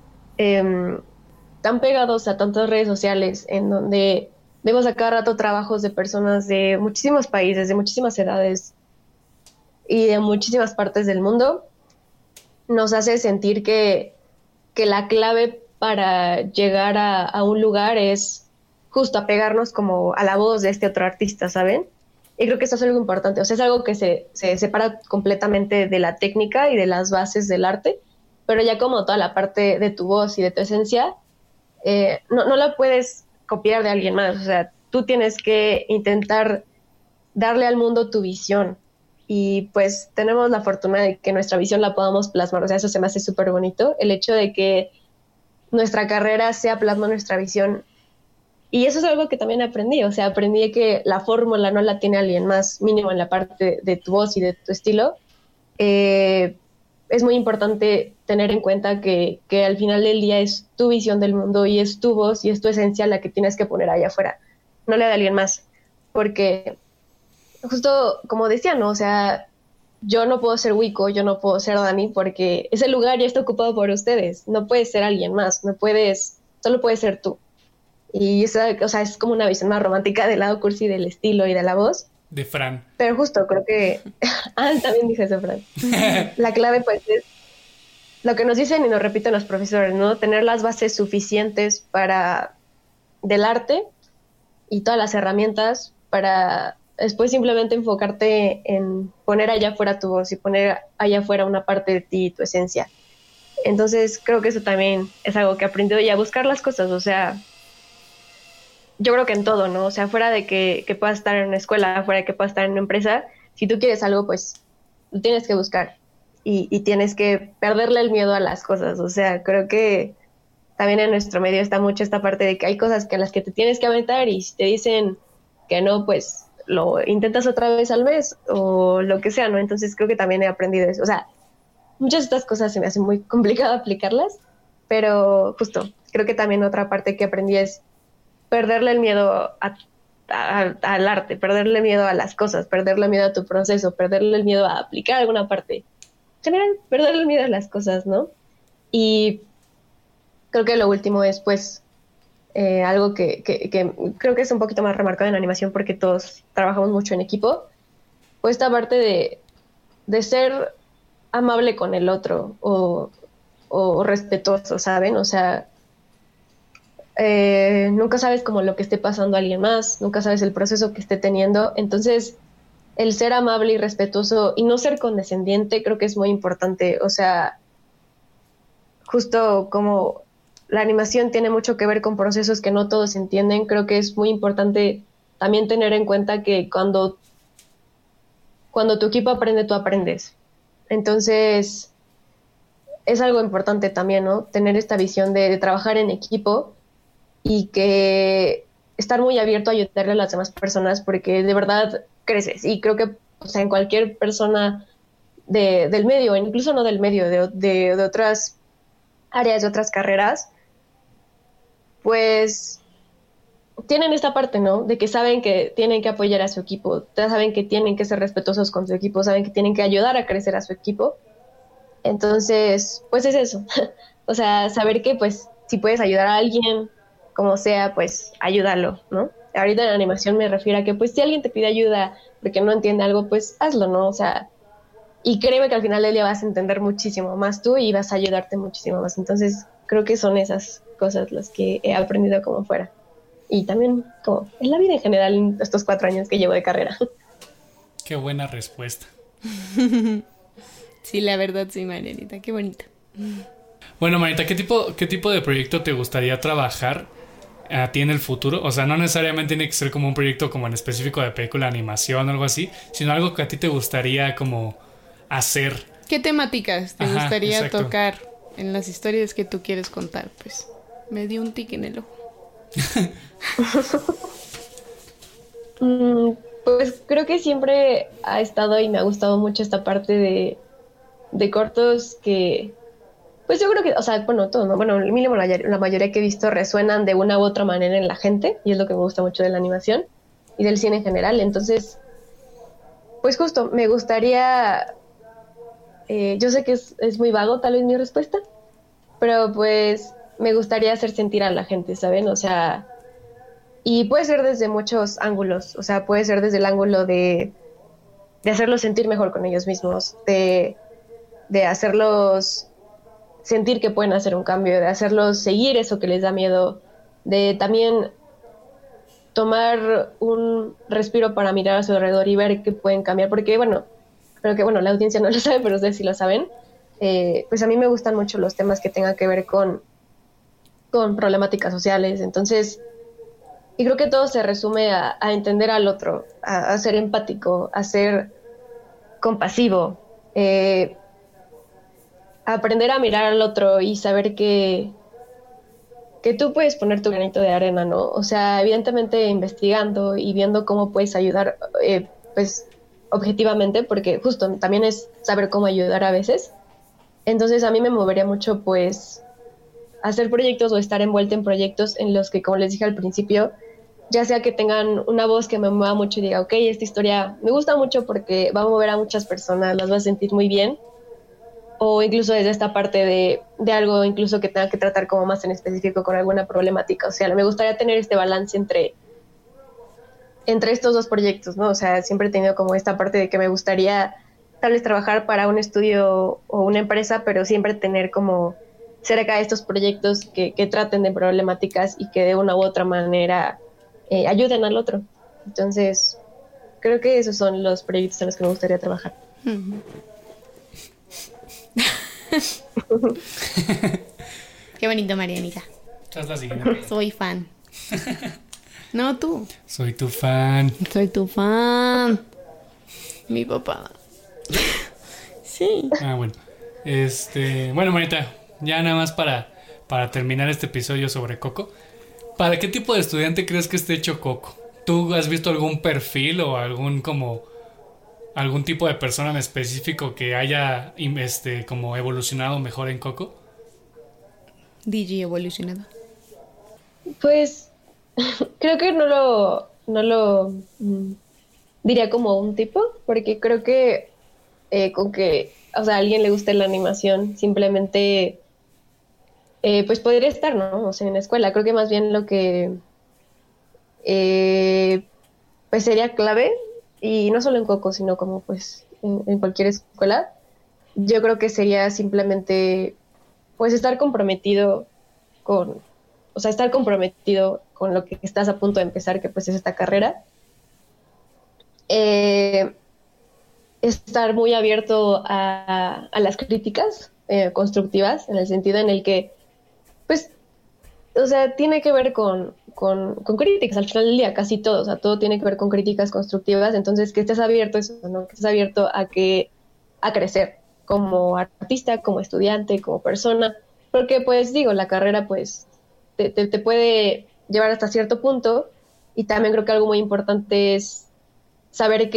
tan pegados a tantas redes sociales en donde vemos a cada rato trabajos de personas de muchísimos países, de muchísimas edades y de muchísimas partes del mundo, nos hace sentir que la clave para llegar a un lugar es justo apegarnos como a la voz de este otro artista, ¿saben? Y creo que eso es algo importante, o sea, es algo que se separa completamente de la técnica y de las bases del arte, pero ya como toda la parte de tu voz y de tu esencia, no la puedes copiar de alguien más, o sea, tú tienes que intentar darle al mundo tu visión y pues tenemos la fortuna de que nuestra visión la podamos plasmar, o sea, eso se me hace súper bonito, el hecho de que nuestra carrera sea plasmar nuestra visión. Y eso es algo que también aprendí, o sea, aprendí que la fórmula no la tiene alguien más, mínimo en la parte de tu voz y de tu estilo. Es muy importante tener en cuenta que al final del día es tu visión del mundo y es tu voz y es tu esencia la que tienes que poner allá afuera, no la de alguien más, porque justo como decía, ¿no? O sea, yo no puedo ser Wiko, yo no puedo ser Dani porque ese lugar ya está ocupado por ustedes, no puedes ser alguien más, solo puedes ser tú. Y esa, o sea, es como una visión más romántica del lado cursi del estilo y de la voz. De Fran. Pero justo creo que... también dije eso, Fran. La clave pues es lo que nos dicen y nos repiten los profesores, ¿no? Tener las bases suficientes del arte y todas las herramientas para después simplemente enfocarte en poner allá afuera tu voz y poner allá afuera una parte de ti, tu esencia. Entonces creo que eso también es algo que he aprendido y a buscar las cosas, o sea, yo creo que en todo, ¿no? O sea, fuera de que puedas estar en una escuela, fuera de que puedas estar en una empresa, si tú quieres algo, pues lo tienes que buscar y tienes que perderle el miedo a las cosas. O sea, creo que también en nuestro medio está mucho esta parte de que hay cosas que a las que te tienes que aventar y si te dicen que no, pues lo intentas otra vez al mes o lo que sea, ¿no? Entonces creo que también he aprendido eso. O sea, muchas de estas cosas se me hacen muy complicado aplicarlas, pero justo, creo que también otra parte que aprendí es perderle el miedo al arte, perderle miedo a las cosas, perderle miedo a tu proceso, perderle el miedo a aplicar alguna parte. En general, perderle el miedo a las cosas, ¿no? Y creo que lo último es, pues, algo que creo que es un poquito más remarcado en animación porque todos trabajamos mucho en equipo, o esta parte de ser amable con el otro o respetuoso, ¿saben? O sea, nunca sabes como lo que esté pasando a alguien más, nunca sabes el proceso que esté teniendo, entonces el ser amable y respetuoso y no ser condescendiente creo que es muy importante, o sea, justo como la animación tiene mucho que ver con procesos que no todos entienden. Creo que es muy importante también tener en cuenta que cuando tu equipo aprende, tú aprendes. Entonces, es algo importante también, ¿no? Tener esta visión de trabajar en equipo y que estar muy abierto a ayudarle a las demás personas, porque de verdad creces. Y creo que, o sea, en cualquier persona del medio, incluso no del medio, de otras áreas, de otras carreras, pues tienen esta parte, ¿no? De que saben que tienen que apoyar a su equipo, saben que tienen que ser respetuosos con su equipo, saben que tienen que ayudar a crecer a su equipo. Entonces, pues es eso. O sea, saber que pues si puedes ayudar a alguien, como sea, pues ayúdalo, ¿no? Ahorita en animación me refiero a que pues si alguien te pide ayuda porque no entiende algo, pues hazlo, ¿no? O sea, y créeme que al final del día vas a entender muchísimo más tú y vas a ayudarte muchísimo más. Entonces, creo que son esas cosas las que he aprendido como fuera. Y también como en la vida en general en estos 4 años que llevo de carrera. Qué buena respuesta. Sí, la verdad, sí, Marianita, qué bonita. Bueno, Marita, ¿qué tipo de proyecto te gustaría trabajar a ti en el futuro? O sea, no necesariamente tiene que ser como un proyecto como en específico de película, animación o algo así, sino algo que a ti te gustaría como hacer. ¿Qué temáticas te Ajá, gustaría exacto. tocar en las historias que tú quieres contar? Pues me dio un tic en el ojo. Pues creo que siempre ha estado y me ha gustado mucho esta parte de cortos que, pues yo creo que, o sea, bueno, todo, ¿no? Bueno, el mínimo la mayoría que he visto resuenan de una u otra manera en la gente y es lo que me gusta mucho de la animación y del cine en general. Entonces, pues justo, me gustaría, yo sé que es muy vago tal vez mi respuesta, pero pues me gustaría hacer sentir a la gente, ¿saben? O sea, y puede ser desde muchos ángulos, o sea, puede ser desde el ángulo de hacerlos sentir mejor con ellos mismos, de hacerlos sentir que pueden hacer un cambio, de hacerlos seguir eso que les da miedo, de también tomar un respiro para mirar a su alrededor y ver que pueden cambiar, porque bueno, creo que bueno, la audiencia no lo sabe, pero ustedes sí lo saben, pues a mí me gustan mucho los temas que tengan que ver con problemáticas sociales, entonces, y creo que todo se resume a entender al otro, a ser empático, a ser compasivo, a aprender a mirar al otro y saber que tú puedes poner tu granito de arena, ¿no? O sea, evidentemente investigando y viendo cómo puedes ayudar, pues objetivamente, porque justo también es saber cómo ayudar a veces. Entonces a mí me movería mucho, pues, hacer proyectos o estar envuelta en proyectos en los que, como les dije al principio, ya sea que tengan una voz que me mueva mucho y diga, ok, esta historia me gusta mucho porque va a mover a muchas personas, las va a sentir muy bien, o incluso desde esta parte de algo incluso que tenga que tratar como más en específico con alguna problemática. O sea, me gustaría tener este balance entre estos dos proyectos, ¿no? O sea, siempre he tenido como esta parte de que me gustaría tal vez trabajar para un estudio o una empresa, pero siempre tener como cerca de estos proyectos que traten de problemáticas y que de una u otra manera ayuden al otro. Entonces, creo que esos son los proyectos en los que me gustaría trabajar. Qué bonito, Marianita. Esta es la siguiente. Soy fan. No, tú. Soy tu fan. Soy tu fan. Mi papá. Sí. Ah, bueno. Bueno, Marita, ya nada más para terminar este episodio sobre Coco. ¿Para qué tipo de estudiante crees que esté hecho Coco? ¿Tú has visto algún perfil o algún tipo de persona en específico que haya como evolucionado mejor en Coco? DJ evolucionado. Pues creo que no lo diría como un tipo, porque creo que con que, o sea, a alguien le guste la animación, simplemente pues podría estar, ¿no? O sea, en la escuela. Creo que más bien lo que pues sería clave, y no solo en Coco, sino como pues en cualquier escuela, yo creo que sería simplemente pues estar comprometido o sea, estar comprometido con lo que estás a punto de empezar, que pues es esta carrera. Estar muy abierto a las críticas constructivas, en el sentido en el que, pues, o sea, tiene que ver con críticas, al final del día, casi todo, o sea, todo tiene que ver con críticas constructivas, entonces que estés abierto a eso, ¿no? Que estés abierto a crecer como artista, como estudiante, como persona, porque pues digo, la carrera pues te puede llevar hasta cierto punto, y también creo que algo muy importante es saber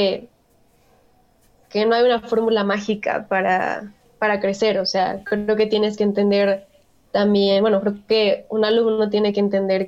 que no hay una fórmula mágica para crecer, o sea, creo que tienes que entender también, bueno, creo que un alumno tiene que entender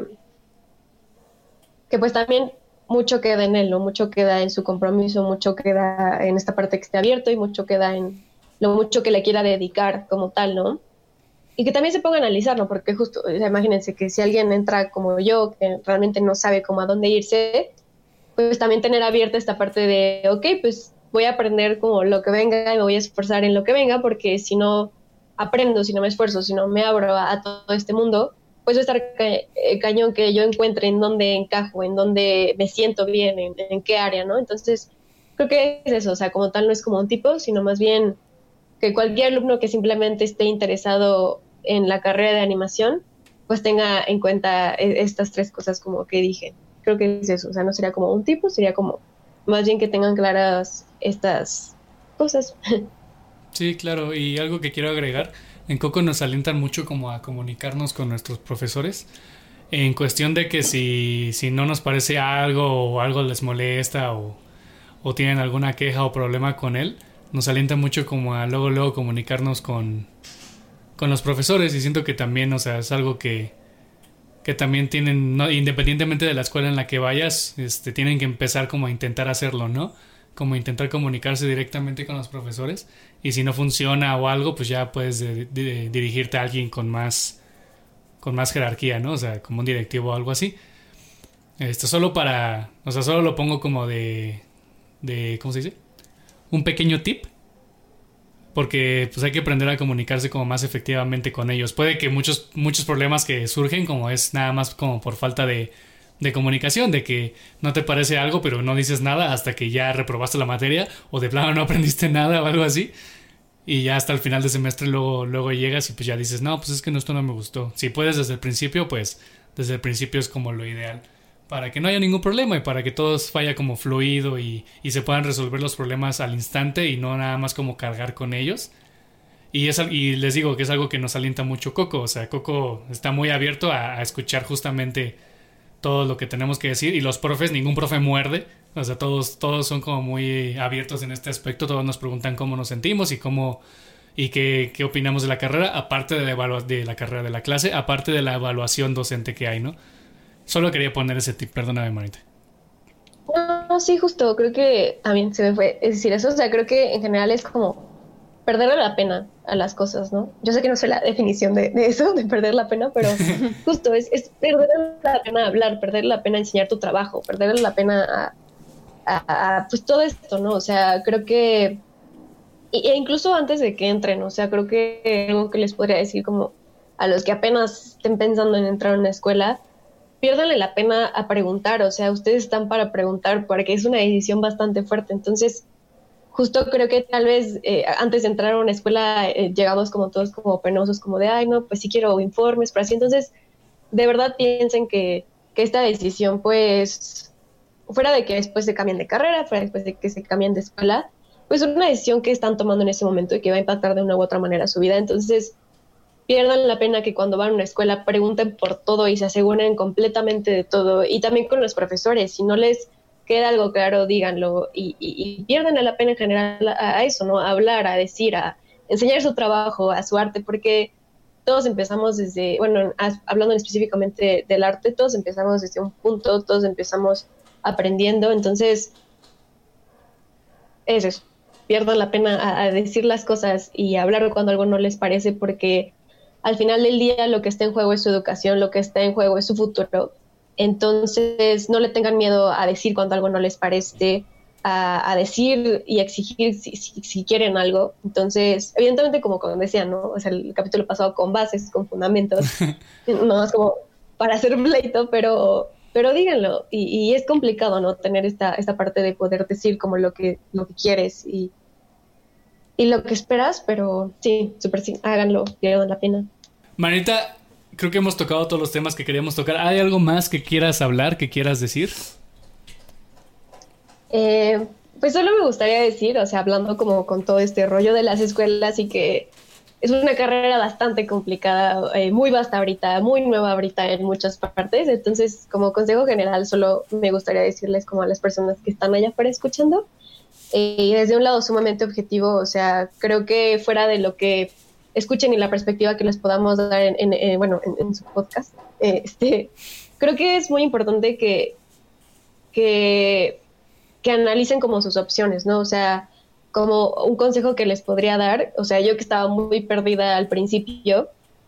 que pues también mucho queda en él, ¿no? Mucho queda en su compromiso, mucho queda en esta parte que esté abierto y mucho queda en lo mucho que le quiera dedicar como tal, ¿no? Y que también se ponga a analizarlo, porque justo, o sea, imagínense que si alguien entra como yo, que realmente no sabe cómo a dónde irse, pues también tener abierta esta parte de, ok, pues voy a aprender como lo que venga y me voy a esforzar en lo que venga, porque si no aprendo, si no me esfuerzo, si no me abro a todo este mundo, pues va a estar cañón que yo encuentre en dónde encajo, en dónde me siento bien, en qué área, ¿no? Entonces, creo que es eso, o sea, como tal no es como un tipo, sino más bien que cualquier alumno que simplemente esté interesado en la carrera de animación, pues tenga en cuenta estas tres cosas como que dije. Creo que es eso, o sea, no sería como un tipo, sería como más bien que tengan claras estas cosas. Sí, claro, y algo que quiero agregar, en Coco nos alientan mucho como a comunicarnos con nuestros profesores, en cuestión de que si no nos parece algo o algo les molesta o tienen alguna queja o problema con él, nos alienta mucho como a luego comunicarnos con los profesores, y siento que también, o sea, es algo que también tienen, ¿no? Independientemente de la escuela en la que vayas, tienen que empezar como a intentar hacerlo, ¿no? Como intentar comunicarse directamente con los profesores, y si no funciona o algo, pues ya puedes dirigirte a alguien con más jerarquía, ¿no? O sea, como un directivo o algo así. Solo para, o sea, solo lo pongo como de ¿cómo se dice? Un pequeño tip, porque pues hay que aprender a comunicarse como más efectivamente con ellos. Puede que muchos problemas que surgen como es nada más como por falta de comunicación, de que no te parece algo pero no dices nada hasta que ya reprobaste la materia, o de plano no aprendiste nada o algo así, y ya hasta el final de semestre luego llegas y pues ya dices, no, pues es que esto no me gustó. Si puedes desde el principio, pues desde el principio es como lo ideal, para que no haya ningún problema y para que todo vaya como fluido y se puedan resolver los problemas al instante y no nada más como cargar con ellos. Y les digo que es algo que nos alienta mucho Coco. O sea, Coco está muy abierto a escuchar justamente todo lo que tenemos que decir, y los profes, ningún profe muerde. O sea, todos son como muy abiertos en este aspecto. Todos nos preguntan cómo nos sentimos y qué opinamos de la carrera, aparte de la carrera de la clase, aparte de la evaluación docente que hay, ¿no? Solo quería poner ese tip, perdóname, Marita. No, sí, justo, creo que también se me fue decir eso, o sea, creo que en general es como perderle la pena a las cosas, ¿no? Yo sé que no sé la definición de eso, de perder la pena, pero justo es perder la pena hablar, perder la pena enseñar tu trabajo, perder la pena pues todo esto, ¿no? O sea, creo que, e incluso antes de que entren, o sea, creo que algo que les podría decir como a los que apenas estén pensando en entrar a una escuela, piérdanle la pena a preguntar, o sea, ustedes están para preguntar, porque es una decisión bastante fuerte. Entonces, justo creo que tal vez antes de entrar a una escuela llegamos como todos como penosos, como de, ay, no, pues sí quiero informes, pero así. Entonces, de verdad piensen que esta decisión, pues, fuera de que después se cambien de carrera, fuera después de que se cambien de escuela, pues es una decisión que están tomando en ese momento y que va a impactar de una u otra manera su vida. Entonces, pierdan la pena que cuando van a una escuela pregunten por todo y se aseguren completamente de todo. Y también con los profesores, si no les queda algo claro, díganlo. Y pierdan la pena en general a eso, ¿no? A hablar, a decir, a enseñar su trabajo, a su arte, porque todos empezamos desde, bueno, hablando específicamente del arte, todos empezamos desde un punto, todos empezamos aprendiendo. Entonces, es eso. Pierdan la pena a decir las cosas y a hablar cuando algo no les parece, porque al final del día lo que está en juego es su educación, lo que está en juego es su futuro. Entonces no le tengan miedo a decir cuando algo no les parece, a decir y exigir si quieren algo. Entonces, evidentemente, como decía, ¿no? O sea, el capítulo pasado con bases, con fundamentos, no es como para hacer pleito, pero díganlo. Y es complicado, ¿no? Tener esta parte de poder decir como lo que quieres y lo que esperas, pero sí, súper sí, háganlo, pierdan la pena. Marita, creo que hemos tocado todos los temas que queríamos tocar. ¿Hay algo más que quieras hablar, que quieras decir? Pues solo me gustaría decir, o sea, hablando como con todo este rollo de las escuelas y que es una carrera bastante complicada, muy vasta ahorita, muy nueva ahorita en muchas partes. Entonces, como consejo general, solo me gustaría decirles como a las personas que están allá afuera escuchando, y desde un lado sumamente objetivo, o sea, creo que fuera de lo que escuchen y la perspectiva que les podamos dar en su podcast, creo que es muy importante que, que analicen como sus opciones, ¿no? O sea, como un consejo que les podría dar, o sea, yo que estaba muy perdida al principio,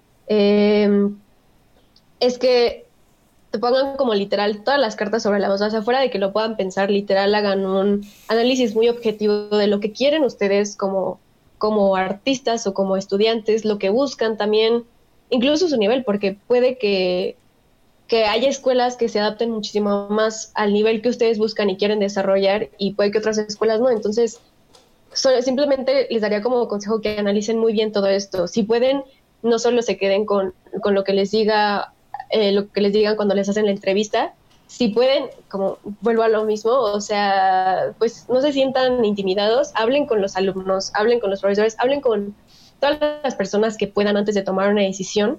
es que te pongan como literal todas las cartas sobre la mesa, o sea, fuera de que lo puedan pensar, literal hagan un análisis muy objetivo de lo que quieren ustedes como artistas o como estudiantes, lo que buscan también, incluso su nivel, porque puede que haya escuelas que se adapten muchísimo más al nivel que ustedes buscan y quieren desarrollar, y puede que otras escuelas no. Entonces, simplemente les daría como consejo que analicen muy bien todo esto. Si pueden, no solo se queden con lo que les digan cuando les hacen la entrevista. Si pueden, como vuelvo a lo mismo, o sea, pues no se sientan intimidados, hablen con los alumnos, hablen con los profesores, hablen con todas las personas que puedan antes de tomar una decisión,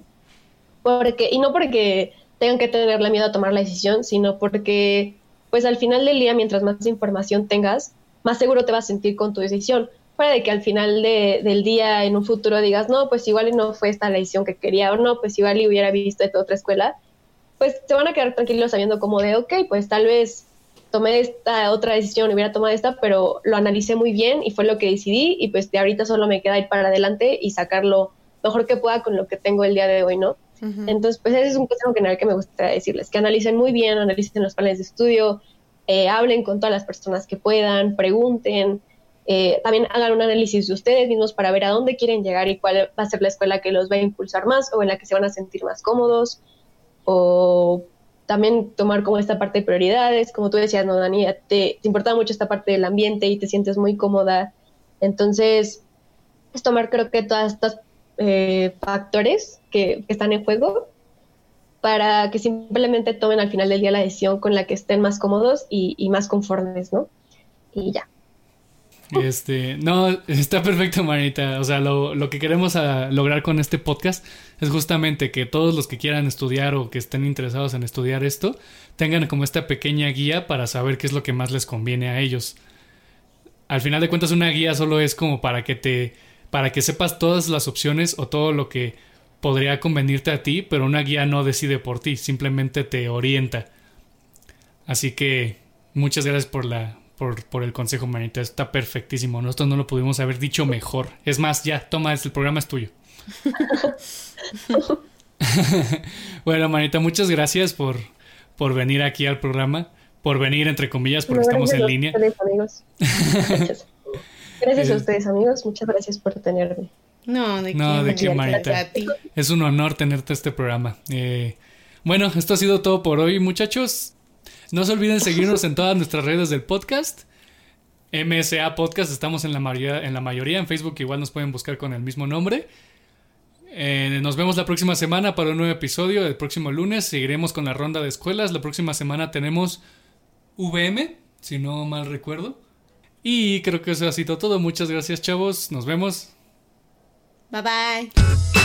y no porque tengan que tenerle miedo a tomar la decisión, sino porque pues al final del día, mientras más información tengas, más seguro te vas a sentir con tu decisión. Fuera de que al final del día, en un futuro, digas, no, pues igual no fue esta la decisión que quería, o no, pues igual hubiera visto esta otra escuela, pues se van a quedar tranquilos sabiendo como de, ok, pues tal vez tomé esta otra decisión, hubiera tomado esta, pero lo analicé muy bien y fue lo que decidí, y pues de ahorita solo me queda ir para adelante y sacar lo mejor que pueda con lo que tengo el día de hoy, ¿no? Uh-huh. Entonces, pues ese es un consejo general que me gustaría decirles, que analicen muy bien, analicen los planes de estudio, hablen con todas las personas que puedan, pregunten, también hagan un análisis de ustedes mismos para ver a dónde quieren llegar y cuál va a ser la escuela que los va a impulsar más o en la que se van a sentir más cómodos, o también tomar como esta parte de prioridades, como tú decías, ¿no, Dani? Te importaba mucho esta parte del ambiente y te sientes muy cómoda. Entonces, es tomar, creo que todas estas factores que están en juego para que simplemente tomen al final del día la decisión con la que estén más cómodos y más conformes, ¿no? Y ya. No, está perfecto, Marita. O sea, lo que queremos lograr con este podcast es justamente que todos los que quieran estudiar o que estén interesados en estudiar esto tengan como esta pequeña guía para saber qué es lo que más les conviene a ellos. Al final de cuentas, una guía solo es como para que sepas todas las opciones o todo lo que podría convenirte a ti, pero una guía no decide por ti, simplemente te orienta. Así que muchas gracias por el consejo, Marita. Está perfectísimo. Nosotros no lo pudimos haber dicho mejor. Es más, ya, toma, el programa es tuyo. Bueno, Marita, muchas gracias por venir aquí al programa. Por venir, entre comillas, porque estamos en línea. Gracias, amigos. Gracias a ustedes, amigos. Muchas gracias por tenerme. No, ¿de qué, Marita? Es un honor tenerte este programa. Bueno, esto ha sido todo por hoy, muchachos. No se olviden seguirnos en todas nuestras redes del podcast. MSA Podcast, estamos en la mayoría. En Facebook igual nos pueden buscar con el mismo nombre. Nos vemos la próxima semana para un nuevo episodio. El próximo lunes seguiremos con la ronda de escuelas. La próxima semana tenemos VM, si no mal recuerdo. Y creo que eso ha sido todo. Muchas gracias, chavos. Nos vemos. Bye bye.